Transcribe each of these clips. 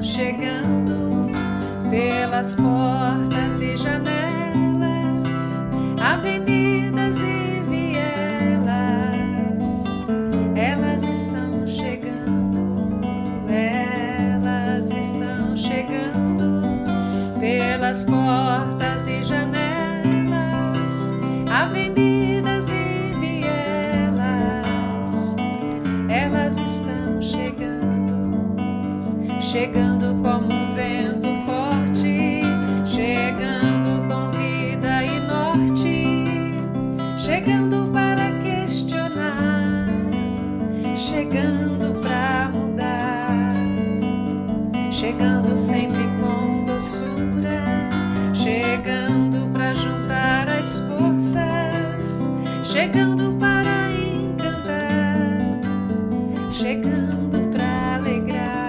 chegando pelas portas e janelas, avenidas e vielas. Elas estão chegando pelas portas e janelas, avenidas e vielas. Elas estão chegando como um vento forte, chegando com vida e norte, chegando para questionar, chegando para mudar, chegando sempre com doçura, chegando para juntar as forças, chegando para encantar, chegando para alegrar.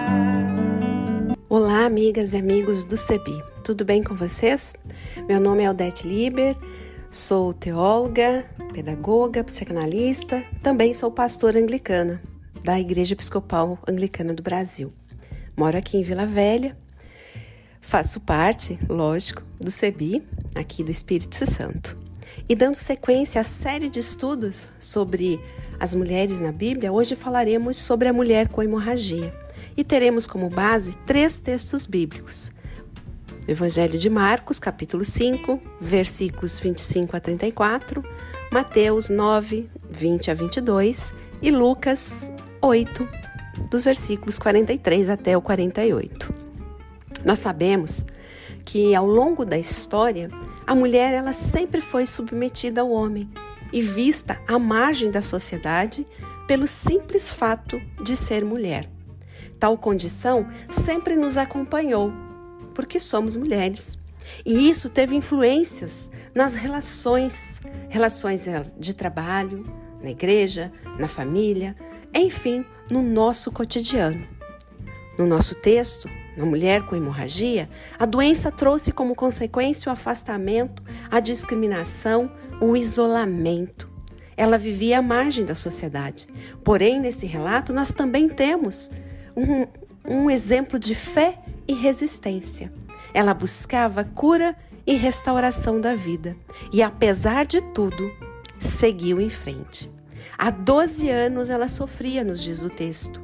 Olá, amigas e amigos do CEBI, tudo bem com vocês? Meu nome é Odete Liber, sou teóloga, pedagoga, psicanalista, também sou pastora anglicana da Igreja Episcopal Anglicana do Brasil. Moro aqui em Vila Velha, faço parte, lógico, do CEBI, aqui do Espírito Santo. E dando sequência à série de estudos sobre as mulheres na Bíblia, hoje falaremos sobre a mulher com hemorragia. E teremos como base 3 textos bíblicos. O Evangelho de Marcos, capítulo 5, versículos 25 a 34, Mateus 9, 20 a 22 e Lucas 8, dos versículos 43 até o 48. Nós sabemos que ao longo da história, a mulher ela sempre foi submetida ao homem e vista à margem da sociedade pelo simples fato de ser mulher. Tal condição sempre nos acompanhou, porque somos mulheres. E isso teve influências nas relações de trabalho, na igreja, na família, enfim, no nosso cotidiano. No nosso texto, na mulher com hemorragia, a doença trouxe como consequência o afastamento, a discriminação, o isolamento. Ela vivia à margem da sociedade. Porém, nesse relato, nós também temos um exemplo de fé e resistência. Ela buscava cura e restauração da vida. E, apesar de tudo, seguiu em frente. Há 12 anos ela sofria, nos diz o texto.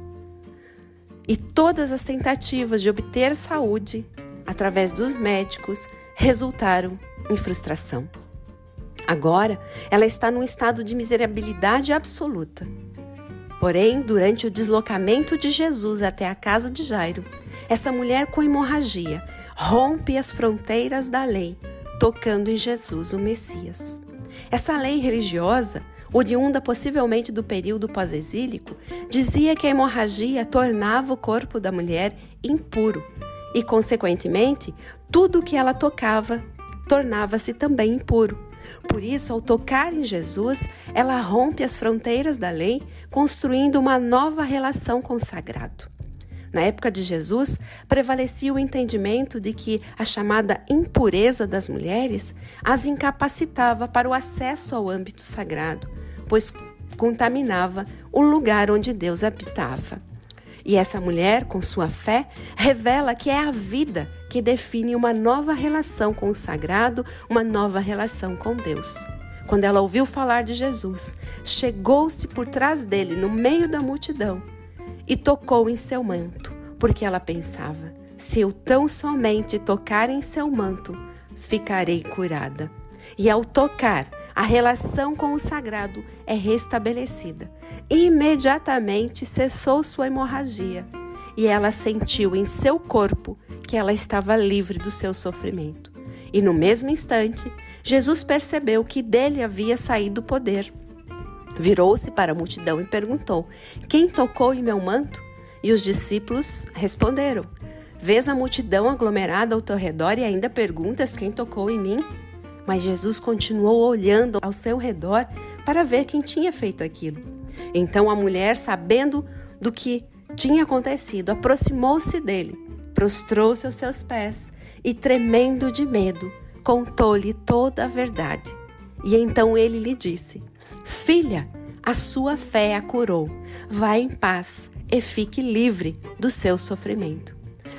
E todas as tentativas de obter saúde, através dos médicos, resultaram em frustração. Agora, ela está num estado de miserabilidade absoluta. Porém, durante o deslocamento de Jesus até a casa de Jairo, essa mulher com hemorragia rompe as fronteiras da lei, tocando em Jesus, o Messias. Essa lei religiosa, oriunda possivelmente do período pós-exílico, dizia que a hemorragia tornava o corpo da mulher impuro e, consequentemente, tudo o que ela tocava tornava-se também impuro. Por isso, ao tocar em Jesus, ela rompe as fronteiras da lei, construindo uma nova relação com o sagrado. Na época de Jesus, prevalecia o entendimento de que a chamada impureza das mulheres as incapacitava para o acesso ao âmbito sagrado, pois contaminava o lugar onde Deus habitava. E essa mulher, com sua fé, revela que é a vida que define uma nova relação com o sagrado, uma nova relação com Deus. Quando ela ouviu falar de Jesus, chegou-se por trás dele, no meio da multidão, e tocou em seu manto, porque ela pensava: se eu tão somente tocar em seu manto, ficarei curada. E ao tocar, a relação com o sagrado é restabelecida. Imediatamente cessou sua hemorragia e ela sentiu em seu corpo que ela estava livre do seu sofrimento. E no mesmo instante, Jesus percebeu que dele havia saído o poder. Virou-se para a multidão e perguntou: quem tocou em meu manto? E os discípulos responderam: vês a multidão aglomerada ao teu redor e ainda perguntas quem tocou em mim? Mas Jesus continuou olhando ao seu redor para ver quem tinha feito aquilo. Então a mulher, sabendo do que tinha acontecido, aproximou-se dele, prostrou-se aos seus pés e, tremendo de medo, contou-lhe toda a verdade. E então ele lhe disse: filha, a sua fé a curou. Vá em paz e fique livre do seu sofrimento.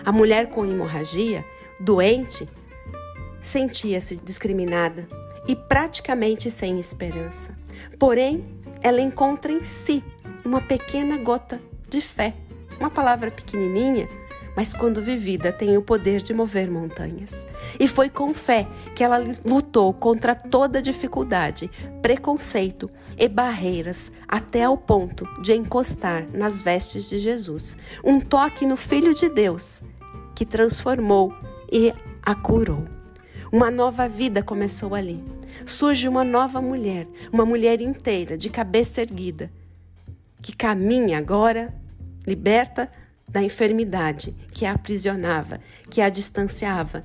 A mulher com hemorragia, doente, sentia-se discriminada e praticamente sem esperança. Porém, ela encontra em si uma pequena gota de fé, uma palavra pequenininha, mas quando vivida tem o poder de mover montanhas. E foi com fé que ela lutou contra toda dificuldade, preconceito e barreiras, até ao ponto de encostar nas vestes de Jesus. Um toque no Filho de Deus que transformou e a curou. Uma nova vida começou ali. Surge uma nova mulher, uma mulher inteira, de cabeça erguida, que caminha agora, liberta da enfermidade que a aprisionava, que a distanciava.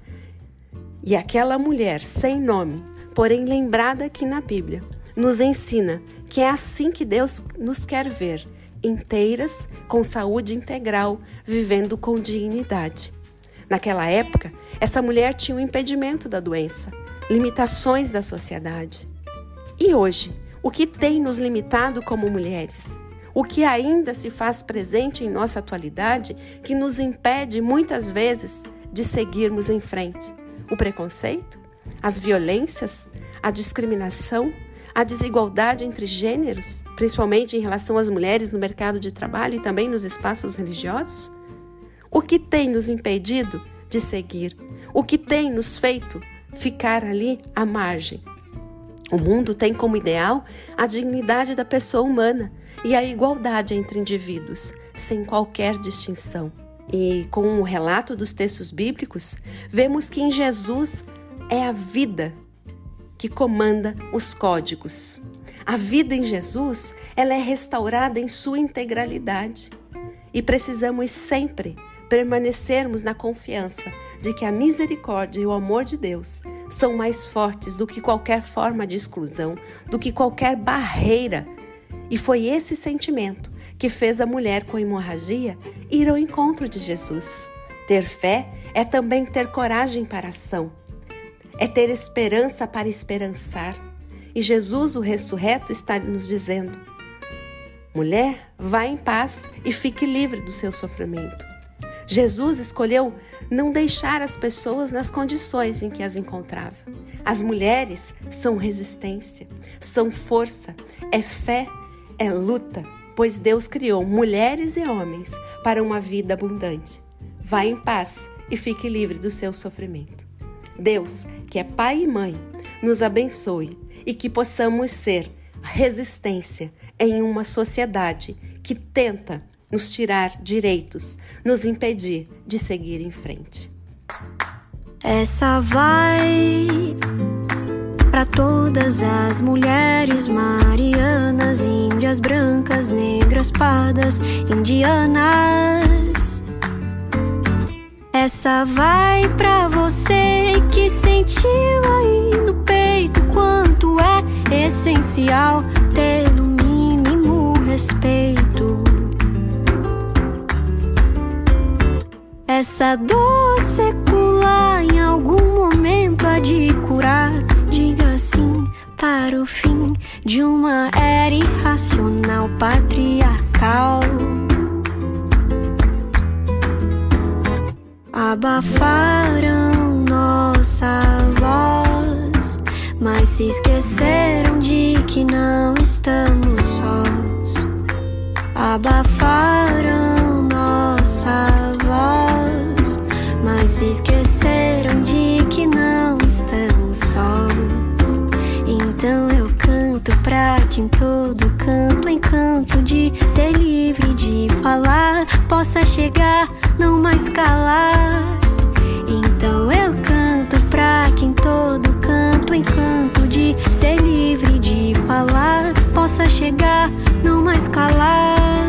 E aquela mulher sem nome, porém lembrada aqui na Bíblia, nos ensina que é assim que Deus nos quer ver, inteiras, com saúde integral, vivendo com dignidade. Naquela época, essa mulher tinha um impedimento da doença, limitações da sociedade. E hoje, o que tem nos limitado como mulheres? O que ainda se faz presente em nossa atualidade que nos impede muitas vezes de seguirmos em frente? O preconceito? As violências? A discriminação? A desigualdade entre gêneros, principalmente em relação às mulheres no mercado de trabalho e também nos espaços religiosos? O que tem nos impedido de seguir? O que tem nos feito ficar ali à margem? O mundo tem como ideal a dignidade da pessoa humana e a igualdade entre indivíduos, sem qualquer distinção. E com o relato dos textos bíblicos, vemos que em Jesus é a vida que comanda os códigos. A vida em Jesus, ela é restaurada em sua integralidade. E precisamos sempre permanecermos na confiança de que a misericórdia e o amor de Deus são mais fortes do que qualquer forma de exclusão, do que qualquer barreira. E foi esse sentimento que fez a mulher com hemorragia ir ao encontro de Jesus. Ter fé é também ter coragem para a ação. É ter esperança para esperançar. E Jesus, o ressurreto, está nos dizendo: mulher, vá em paz e fique livre do seu sofrimento. Jesus escolheu não deixar as pessoas nas condições em que as encontrava. As mulheres são resistência, são força, é fé, é luta, pois Deus criou mulheres e homens para uma vida abundante. Vá em paz e fique livre do seu sofrimento. Deus, que é Pai e Mãe, nos abençoe e que possamos ser resistência em uma sociedade que tenta nos tirar direitos, nos impedir de seguir em frente. Essa vai para todas as mulheres marianas, índias, brancas, negras, pardas, indianas. Essa vai pra você que sentiu aí no peito quanto é essencial ter no mínimo respeito. Essa dor secular em algum momento há de curar. Diga sim para o fim de uma era irracional patriarcal. Abafaram nossa voz, mas se esqueceram de que não estamos sós. Abafaram nossa voz, mas se esqueceram de que não estamos sós. Então eu canto pra que em todo canto o encanto de ser livre de falar possa chegar, não mais calar. Então eu canto pra que em todo canto o encanto de ser livre de falar possa chegar, não mais calar.